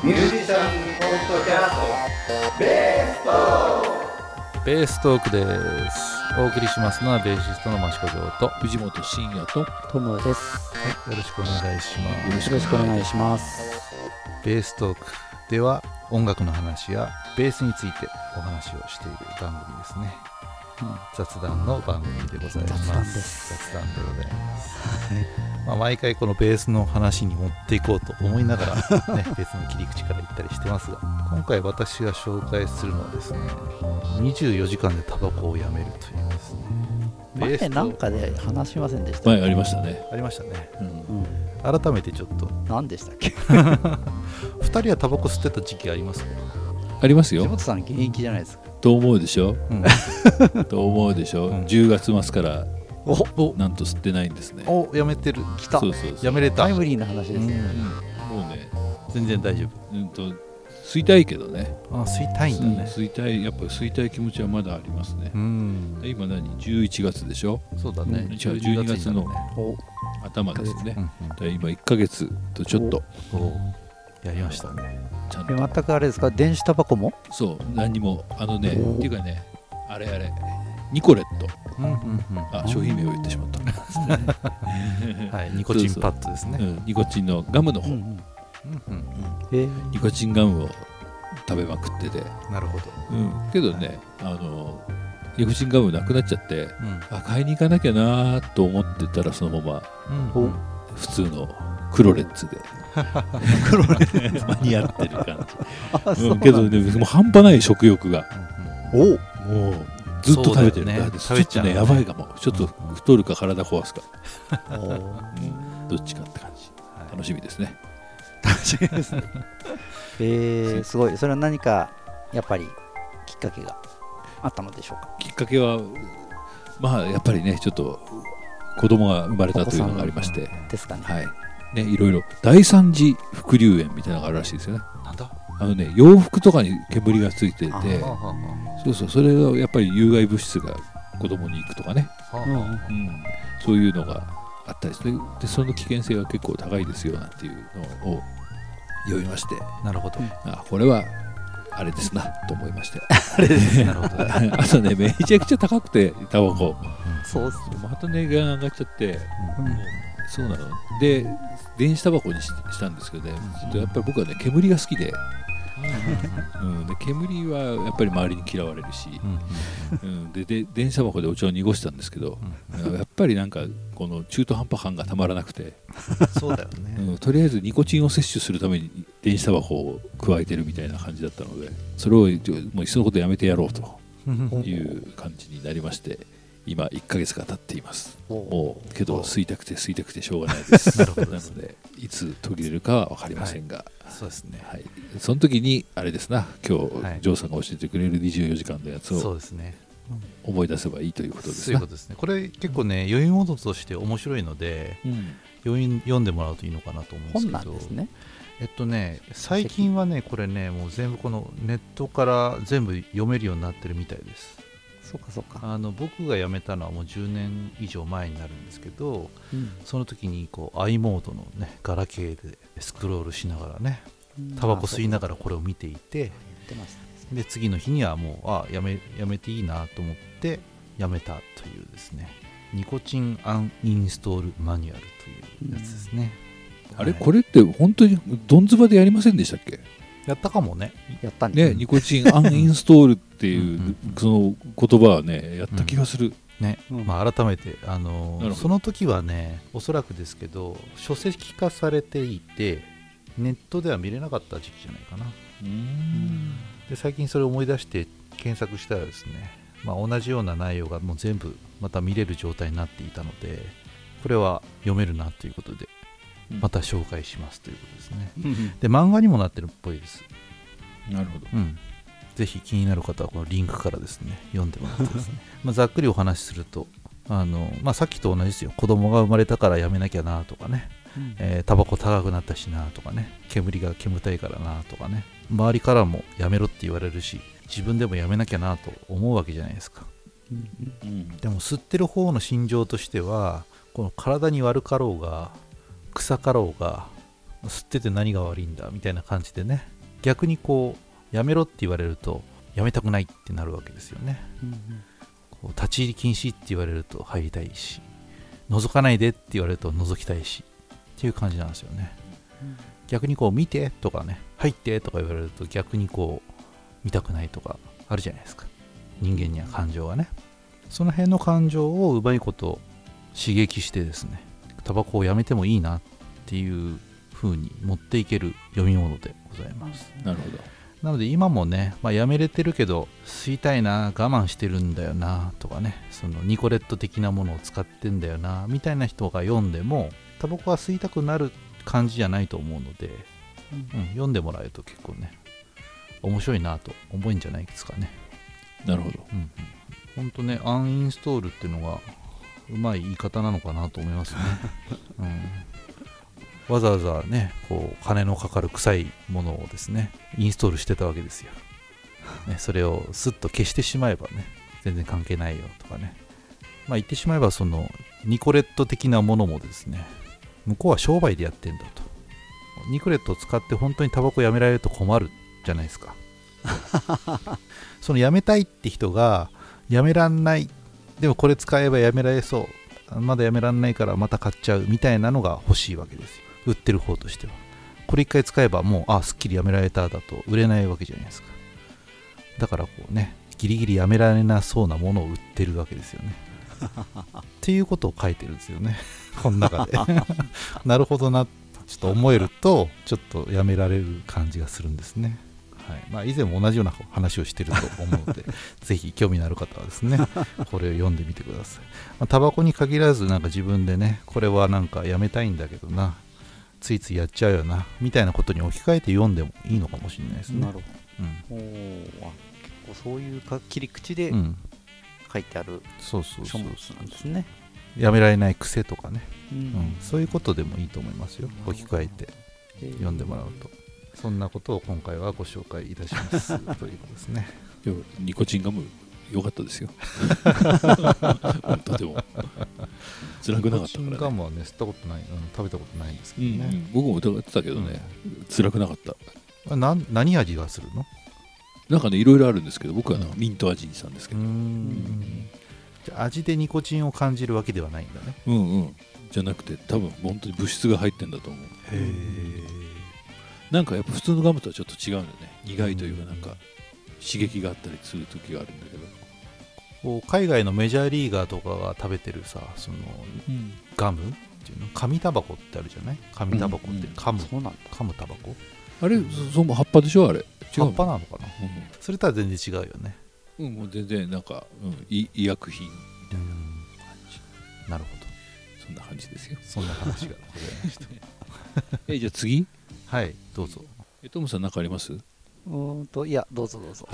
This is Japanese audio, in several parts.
ミュージシャンポッドキャストベーストーク。 ベーストークです。お送りしますのはベーシストの益子城と、 藤本慎也と友です。 よろしくお願いします。 よろしくお願いします。 ベーストークでは音楽の話やベースについてお話をしている番組ですね。雑談の番組でございます。 雑談です。 雑談でございます。毎回このベースの話に持っていこうと思いながら、ね、別の切り口から言ったりしてますが、今回私が紹介するのはですね、24時間でタバコをやめるというですね。 前なんかで話しませんでした。 前ありましたね。 ありましたね。改めてちょっと。 何でしたっけ 2人はタバコ吸ってた時期ありますか？ ありますよ。 藤本さん現役じゃないですか。 と思うでしょ、と思うでしょ、10月末からなんと吸ってないんですね。 やめてる。 来た。 そうそうそう、 やめれた。 タイムリーな話ですね。 もうね、 全然大丈夫。 吸いたいけどね。 吸いたいんだね。 吸いたい、やっぱ吸いたい気持ちはまだありますね。今11月でしょ。 そうだね。 12月の頭ですね。今1ヶ月とちょっとやりましたね。 ちゃんと全くあれですか、電子タバコも？ そう、何にもっていうかね、あれニコレット、商品名を言ってしまったはい、ニコチンパッドですね。 ニコチンのガムの方、ニコチンガムを食べまくってて。 なるほど。 けどね、ニコチンガムなくなっちゃって、買いに行かなきゃなと思ってたら、そのまま普通のクロレッツで間に合ってる感じ。けどね、もう半端ない食欲が、もうずっと食べてる。ちょっとね、やばいかも。ちょっと太るか体壊すかどっちかって感じ。楽しみですね。 楽しみですね。すごい。それは何かやっぱりきっかけがあったのでしょうか？ きっかけはやっぱりね、ちょっと子供が生まれたというのがありましてですかね。 はいね、いろいろ第三次副流炎みたいなのがあるらしいですよね。 なんだ？ 洋服とかに煙がついてて、それがやっぱり有害物質が子供に行くとかね、そういうのがあったりして、でその危険性が結構高いですよなんていうのを読みまして、なるほど、これはあれですなと思いまして、あれですなるほどあとね、めちゃくちゃ高くてタバコ、そうまた値段上がっちゃって、そうなので電子タバコにしたんですけどね、やっぱり僕はね、煙が好きで、で煙はやっぱり周りに嫌われるし、で電子タバコでお茶を濁したんですけど、やっぱりなんかこの中途半端感がたまらなくてそうだよね、 とりあえずニコチンを摂取するために電子タバコを加えてるみたいな感じだったので、それをもういっそのことやめてやろうという感じになりまして、今1ヶ月が経っています。もうけど吸いたくてしょうがないですなのでいつ途切れるかは分かりませんが、 そうですね、 その時にあれですな、今日ジョーさんが教えてくれる24時間のやつを思い出せばいいということですね。 そういうことですね。これ結構ね、読み物として面白いので、読んでもらうといいのかなと思うんですけど、 本なんですね。 最近はね、これね、もう全部このネットから全部読めるようになってるみたいです。 そうか。 僕が辞めたのはもう10年以上前になるんですけど、その時にi モードのね、ガラケーでスクロールしながらね、タバコ吸いながらこれを見ていて、で次の日にはもうやめていいなと思ってやめたというですね、ニコチンアンインストールマニュアルというやつですね。 あれ、これって本当にドンズバでやりませんでしたっけ？ やったかもね。 やったね、ニコチンアンインストールっていうその言葉はね、やった気がする。 ね、改めてその時はね、おそらくですけど書籍化されていてネットでは見れなかった時期じゃないかな。で最近それを思い出して検索したらですね、同じような内容がもう全部また見れる状態になっていたので、これは読めるなということでまた紹介しますということですね。で漫画にもなってるっぽいです。 なるほど、 ぜひ気になる方はこのリンクからですね、読んでもらってですねざっくりお話しすると、さっきと同じですよ。子供が生まれたからやめなきゃなとかね、タバコ高くなったしなとかね、煙が煙たいからなとかね、周りからもやめろって言われるし、自分でもやめなきゃなと思うわけじゃないですか。でも吸ってる方の心情としては、この体に悪かろうが臭かろうが吸ってて何が悪いんだみたいな感じでね、逆にこうやめろって言われるとやめたくないってなるわけですよね、こう立ち入り禁止って言われると入りたいし、覗かないでって言われると覗きたいしっていう感じなんですよね、逆にこう見てとかね、入ってとか言われると逆にこう見たくないとかあるじゃないですか。人間には感情がね、その辺の感情をうまいこと刺激してですね、タバコをやめてもいいなっていう風に持っていける読み物でございます。 なるほど。 なので今もね、やめれてるけど吸いたいな、我慢してるんだよなとかね、そのニコレット的なものを使ってんだよなみたいな人が読んでもタバコは吸いたくなる感じじゃないと思うので、読んでもらえると結構ね面白いなと思うんじゃないですかね。 なるほど。 ほんとね、アンインストールっていうのがうまい言い方なのかなと思いますね、わざわざねこう金のかかる臭いものをですねインストールしてたわけですよ、ね、それをスッと消してしまえばね全然関係ないよとかね、言ってしまえばそのニコレット的なものもですね、向こうは商売でやってんだと。ニコレットを使って本当にタバコやめられると困るじゃないですかそのやめたいって人がやめらんない、でもこれ使えばやめられそう、まだやめらんないからまた買っちゃうみたいなのが欲しいわけですよ、売ってる方としては。これ一回使えばもうすっきりやめられただと売れないわけじゃないですか。だからこうね、ギリギリやめられなそうなものを売ってるわけですよねっていうことを書いてるんですよねこの中でなるほどな、ちょっと思えるとちょっとやめられる感じがするんですね。以前も同じような話をしてると思うのでぜひ興味のある方はですねこれを読んでみてください。タバコに限らずなんか自分でね、これはなんかやめたいんだけどな、ついついやっちゃうよなみたいなことに置き換えて読んでもいいのかもしれないですね。 なるほど、結構そういう切り口で書いてある書物なんですね。 やめられない癖とかね、そういうことでもいいと思いますよ。置き換えて読んでもらうと、そんなことを今回はご紹介いたしますということですね。 ニコチンガム良かったですよとても辛くなかったからね。ニコチンガムはね吸ったことない、食べたことないんですけどね、 僕も疑ってたけどね、辛くなかった。 何味がするの？ なんかねいろいろあるんですけど、僕はミント味にしたんですけど、 じゃあ味でニコチンを感じるわけではないんだね。 じゃなくて多分本当に物質が入ってんだと思う。 へえ。 なんかやっぱ普通のガムとはちょっと違うんだよね。苦いというかなんか刺激があったりする時があるんだけど、 こう海外のメジャーリーガーとかが食べてるさ、その、ガムっていうの、紙タバコってあるじゃない？紙タバコって噛むタバコ？ あれ、その葉っぱでしょあれ？ 葉っぱなのかな？それとは全然違うよね。 もう全然なんか、医薬品みたいな感じ。 なるほど。 そんな感じですよ。 そんな話がございましたじゃあ次？ はい、どうぞ。 トムさん何かあります？ いや、どうぞどうぞ。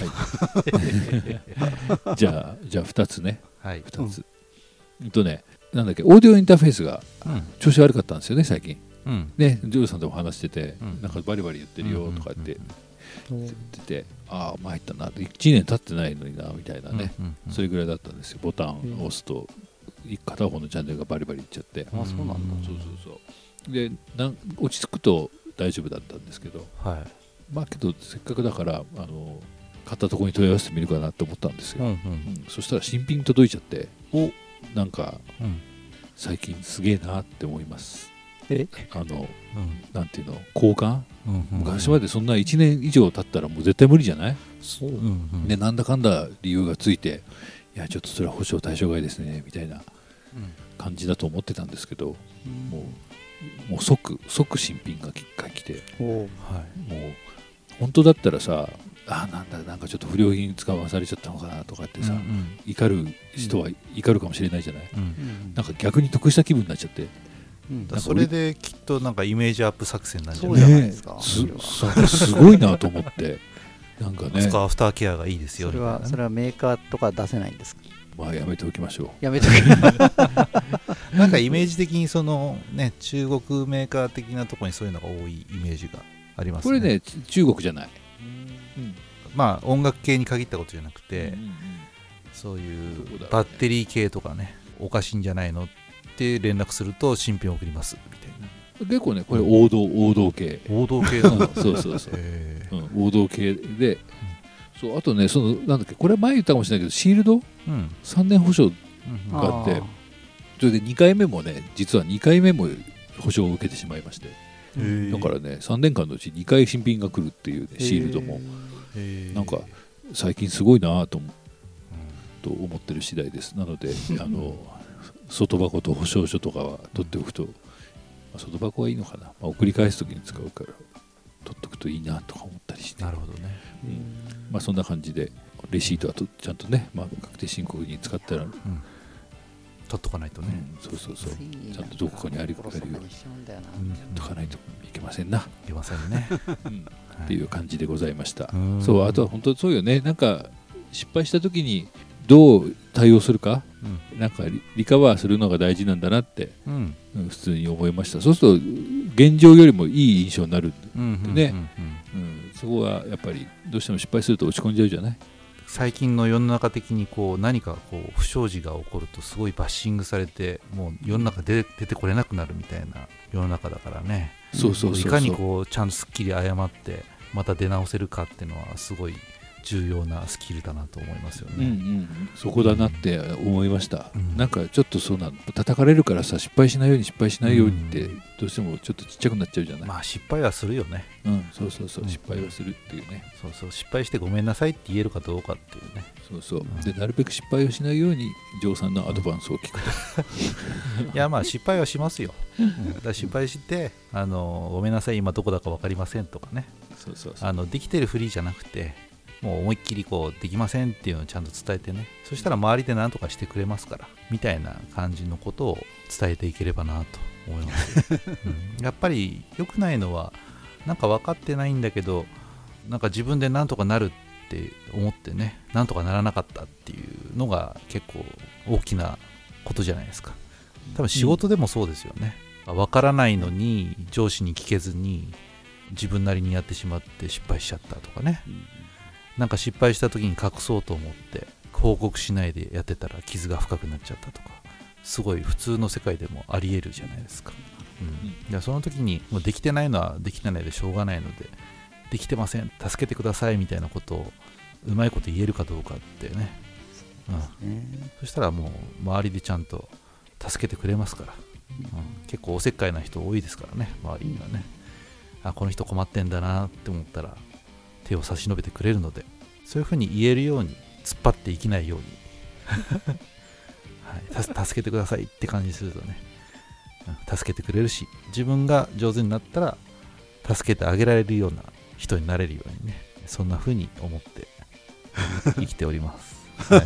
じゃあ2つね。 はい。 2つ。なんだっけ、オーディオインターフェースが調子悪かったんですよね最近。ね、ジョーさんとも話してて、なんかバリバリ言ってるよとかって言ってて、参ったな、1年経ってないのになみたいなね、それぐらいだったんですよ。ボタンを押すと片方のチャンネルがバリバリいっちゃって。 そうなんだ。 そうで落ち着くと大丈夫だったんですけど、けどせっかくだから買ったところに問い合わせてみるかなって思ったんですよ。そしたら新品届いちゃって、なんか、最近すげえなって思います。なんていうの、交換、昔までそんな1年以上経ったらもう絶対無理じゃない？でなんだかんだ理由がついて、いやちょっとそれは保証対象外ですねみたいな感じだと思ってたんですけど、もう即新品が1回来て、もう本当だったらさ、なんかちょっと不良品使わされちゃったのかなとかってさ、怒る人は怒るかもしれないじゃない、なんか逆に得した気分になっちゃって、 それできっとなんかイメージアップ作戦なんじゃないですか。 すごいなと思ってなんかね、 アフターケアがいいですよ。 それはメーカーとか出せないんですか？ やめておきましょう。 やめておきなんかイメージ的にそのね、中国メーカー的なところにそういうのが多いイメージがありますね。 これね、中国じゃない。 音楽系に限ったことじゃなくて、そういうバッテリー系とかね、おかしいんじゃないのって連絡すると新品送りますみたいな。 結構ねこれ王道系なんだそうそうそう、王道系で、そうあとねなんだっけこれ前言ったかもしれないけどシールド、3年保証があって、それで2回目もね実は2回目も保証を受けてしまいまして、だからね3年間のうち2回新品が来るっていう、ね、シールドもなんか最近すごいなと思ってる次第です。なので外箱と保証書とかは取っておくと、外箱はいいのかな、送り返す時に使うから取っておくといいなとか思ったりして。 なるほどね、 そんな感じでレシートはちゃんとね、確定申告に使ったら、 取っとかないとね、 そうちゃんとどこかにあるようにやっとかないといけませんな、 いけませんねっていう感じでございました。そうあとは本当そうよね、なんか失敗した時にどう対応するか、なんかリカバーするのが大事なんだなって、普通に思いました。そうすると現状よりもいい印象になるんでね、そこはやっぱりどうしても失敗すると落ち込んじゃうじゃない。 最近の世の中的に何か不祥事が起こるとすごいバッシングされて、もう世の中出てこれなくなるみたいな世の中だからね。いかにちゃんとすっきり謝ってまた出直せるかっていうのはすごい重要なスキルだなと思いますよね。 そこだなって思いました。なんかちょっとそうなの叩かれるからさ、失敗しないようにってどうしてもちょっとちっちゃくなっちゃうじゃない。 失敗はするよね。 そう失敗はするっていうね。 失敗してごめんなさいって言えるかどうかっていうね。 でなるべく失敗をしないようにジョーさんのアドバンスを聞くといや失敗はしますよ。だから失敗してごめんなさい今どこだか分かりませんとかね。できてるふりじゃなくて、もう思いっきりできませんっていうのをちゃんと伝えてね、そしたら周りで何とかしてくれますからみたいな感じのことを伝えていければなと思います、やっぱり良くないのはなんか分かってないんだけど、なんか自分で何とかなるって思ってね、何とかならなかったっていうのが結構大きなことじゃないですか。多分仕事でもそうですよね。分からないのに上司に聞けずに自分なりにやってしまって失敗しちゃったとかね、なんか失敗した時に隠そうと思って報告しないでやってたら傷が深くなっちゃったとか、すごい普通の世界でもありえるじゃないですか。その時にもうできてないのはできてないでしょうがないので、できてません助けてくださいみたいなことをうまいこと言えるかどうかってね、そしたらもう周りでちゃんと助けてくれますから、結構おせっかいな人多いですからね、周りにはね。この人困ってんだなって思ったら手を差し伸べてくれるので、そういうふうに言えるように突っ張っていきないように、助けてくださいって感じするとね、助けてくれるし、自分が上手になったら助けてあげられるような人になれるようにね、そんなふうに思って生きております。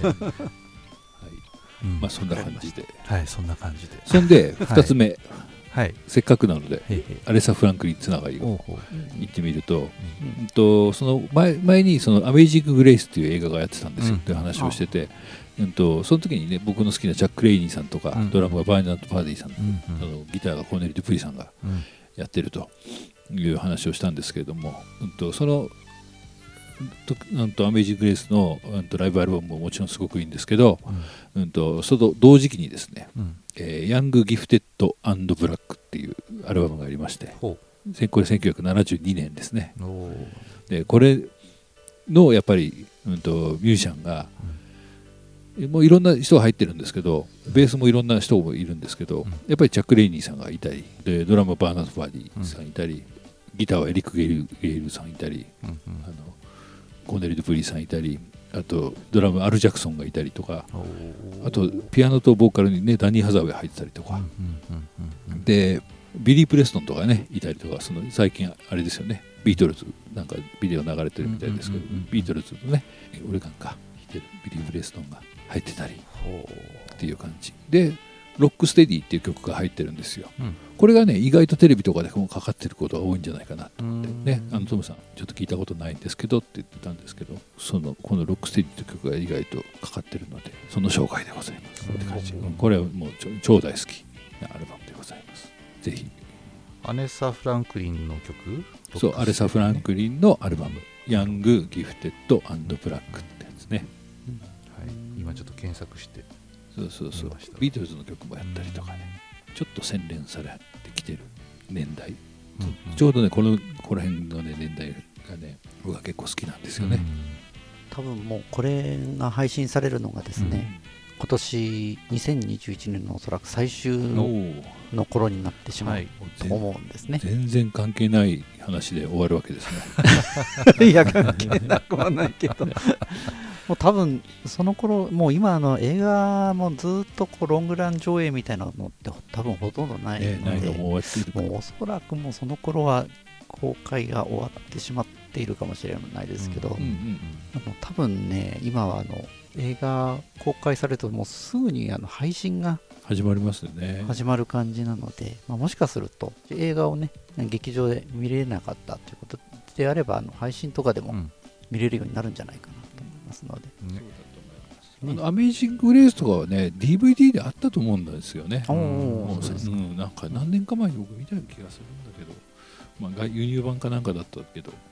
そんな感じで、 そんな感じで。 そんで2つ目、せっかくなのでアレサ・フランクリンつながりを言ってみると、その前にそのアメイジング・グレイスっていう映画がやってたんですよって話をしてて、その時にね、僕の好きなチャック・レイニーさんとか、ドラムがバーナード・パーディーさん、ギターがコーネル・デュプリさんがやってるという話をしたんですけれども、そのアメイジング・グレイスのライブアルバムももちろんすごくいいんですけど、その同時期にですね、ヤング・ギフテッド・アンド・ブラックっていうアルバムがありまして、これ1972年ですね。でこれのやっぱり、ミュージシャンが、もういろんな人が入ってるんですけど、ベースもいろんな人もいるんですけど、やっぱりチャック・レイニーさんがいたりで、ドラムはバーナード・パーディーさんいたり、ギターはエリック・ゲイルさんいたり、コーネル・デュプリさんいたり、あとドラムアル・ジャクソンがいたりとか、あとピアノとボーカルにねダニー・ハザーウェイ入ってたりとか、でビリー・プレストンとかねいたりとか、その最近あれですよね、ビートルズなんかビデオ流れてるみたいですけど、ビートルズのねオレガンか弾いてるビリー・プレストンが入ってたりっていう感じで、ロックステディっていう曲が入ってるんですよ。これがね意外とテレビとかでもかかってることが多いんじゃないかなと思ってね、トムさんちょっと聞いたことないんですけどって言ってたんですけど、このロックステディという曲が意外とかかってるので、その紹介でございますって感じ。これはもう超大好きなアルバムでございます。ぜひ。 アレサ・フランクリンの曲？ そう、アレサ・フランクリンのアルバム、ヤング・ギフテッド・アンド・ブラックってやつね。 今ちょっと検索してそうビートルズの曲もやったりとかね、ちょっと洗練されてきてる年代、ちょうどねこの辺の、ね、年代がね僕は結構好きなんですよね、 多分もうこれが配信されるのがですね、今年2021年のおそらく最終の頃になってしまうと思うんですね。 全然関係ない話で終わるわけですね。 いや関係なくはないけどもう多分その頃もう今映画もずっとロングラン上映みたいなのって多分ほとんどないので、 ないのも終わっているから、 もうおそらくもうその頃は公開が終わってしまっているかもしれないですけど、多分ね今は映画公開されるともうすぐに配信が始まりますよね。 始まる感じなので、もしかすると映画をね劇場で見れなかったということであれば配信とかでも見れるようになるんじゃないかなと思いますので、 アメージング・グレースとかはね DVD であったと思うんですよね。なんか何年か前に僕見たような気がするんだけど、輸入版かなんかだったけど、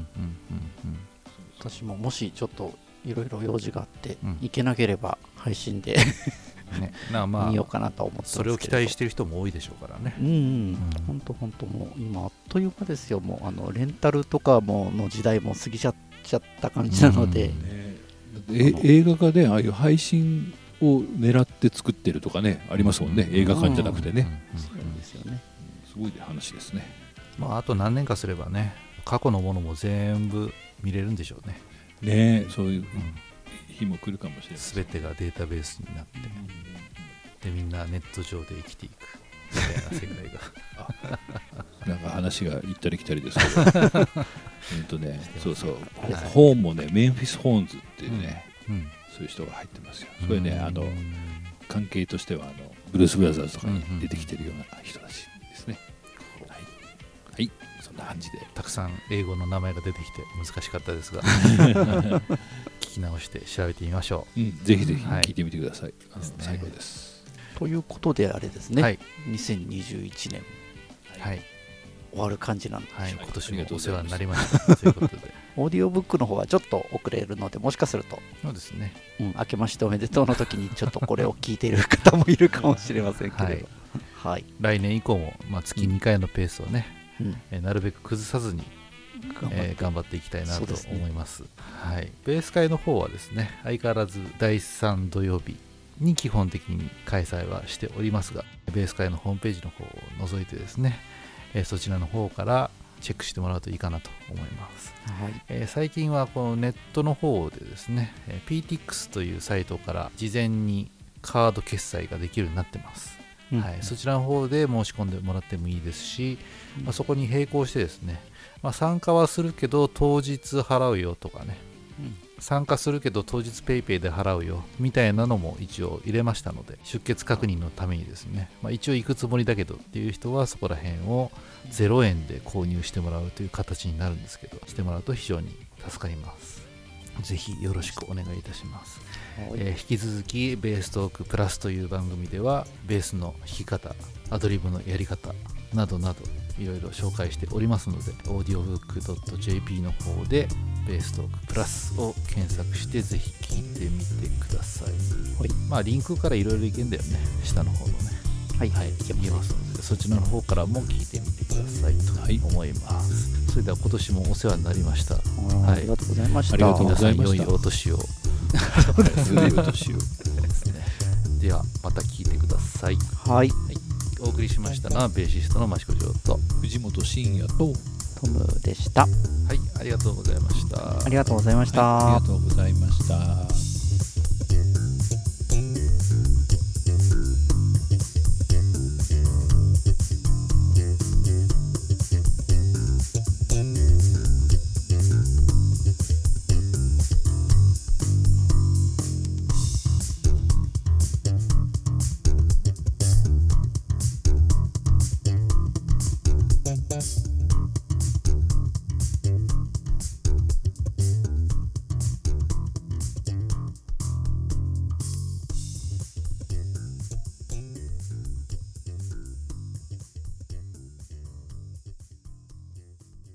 私ももしちょっといろいろ用事があって行けなければ配信で見ようかなと思ってますけど、 それを期待している人も多いでしょうからね。 本当もう今あっという間ですよ。もうレンタルとかもの時代も過ぎちゃった感じなので、 映画化でああいう配信を狙って作ってるとかねありますもんね、映画館じゃなくてね。 そうですよね。 すごい話ですね。 あと何年かすればね過去のものも全部見れるんでしょうね。 そういう日も来るかもしれない。 全てがデータベースになって、でみんなネット上で生きていくみたいな世界がなんか話が行ったり来たりですけどそうホーンもねメンフィス・ホーンズっていうね、そういう人が入ってますよ。それね関係としてはブルース・ブラザーズとかに出てきてるような人たちですね。はい、そんな感じでたくさん英語の名前が出てきて難しかったですが聞き直して調べてみましょう。 ぜひぜひ聞いてみてください。最後です。 ということであれですね、2021年終わる感じなんでしょうか。 今年もお世話になりましたということでオーディオブックの方はちょっと遅れるので、もしかするとそうですね、 明けましておめでとうの時にちょっとこれを聞いている方もいるかもしれませんけれど、 来年以降も月2回のペースをね、なるべく崩さずに頑張っていきたいなと思います。ベース会の方はですね相変わらず第3土曜日に基本的に開催はしておりますが、ベース会のホームページの方を覗いてですね、そちらの方からチェックしてもらうといいかなと思います。最近はこのネットの方でですね PTX というサイトから事前にカード決済ができるようになってます。そちらの方で申し込んでもらってもいいですし、そこに並行してですね、参加はするけど当日払うよとかね、参加するけど当日ペイペイで払うよみたいなのも一応入れましたので、出欠確認のためにですね、一応行くつもりだけどっていう人はそこら辺を0円で購入してもらうという形になるんですけど、してもらうと非常に助かります。ぜひよろしくお願いいたします。引き続きベーストークプラスという番組ではベースの弾き方、アドリブのやり方などなどいろいろ紹介しておりますので、audiobook.jp の方でベーストークプラスを検索してぜひ聞いてみてください。リンクからいろいろいけんだよね、下の方のね。いけますので、そちらの方からも聞いてみてくださいと思います。それでは今年もお世話になりました。 ありがとうございました。 皆さん良いお年を。ではまた聞いてください。お送りしましたのはベーシストの益子城と藤本慎也とトムでした。 ありがとうございました。 ありがとうございました。 ありがとうございました。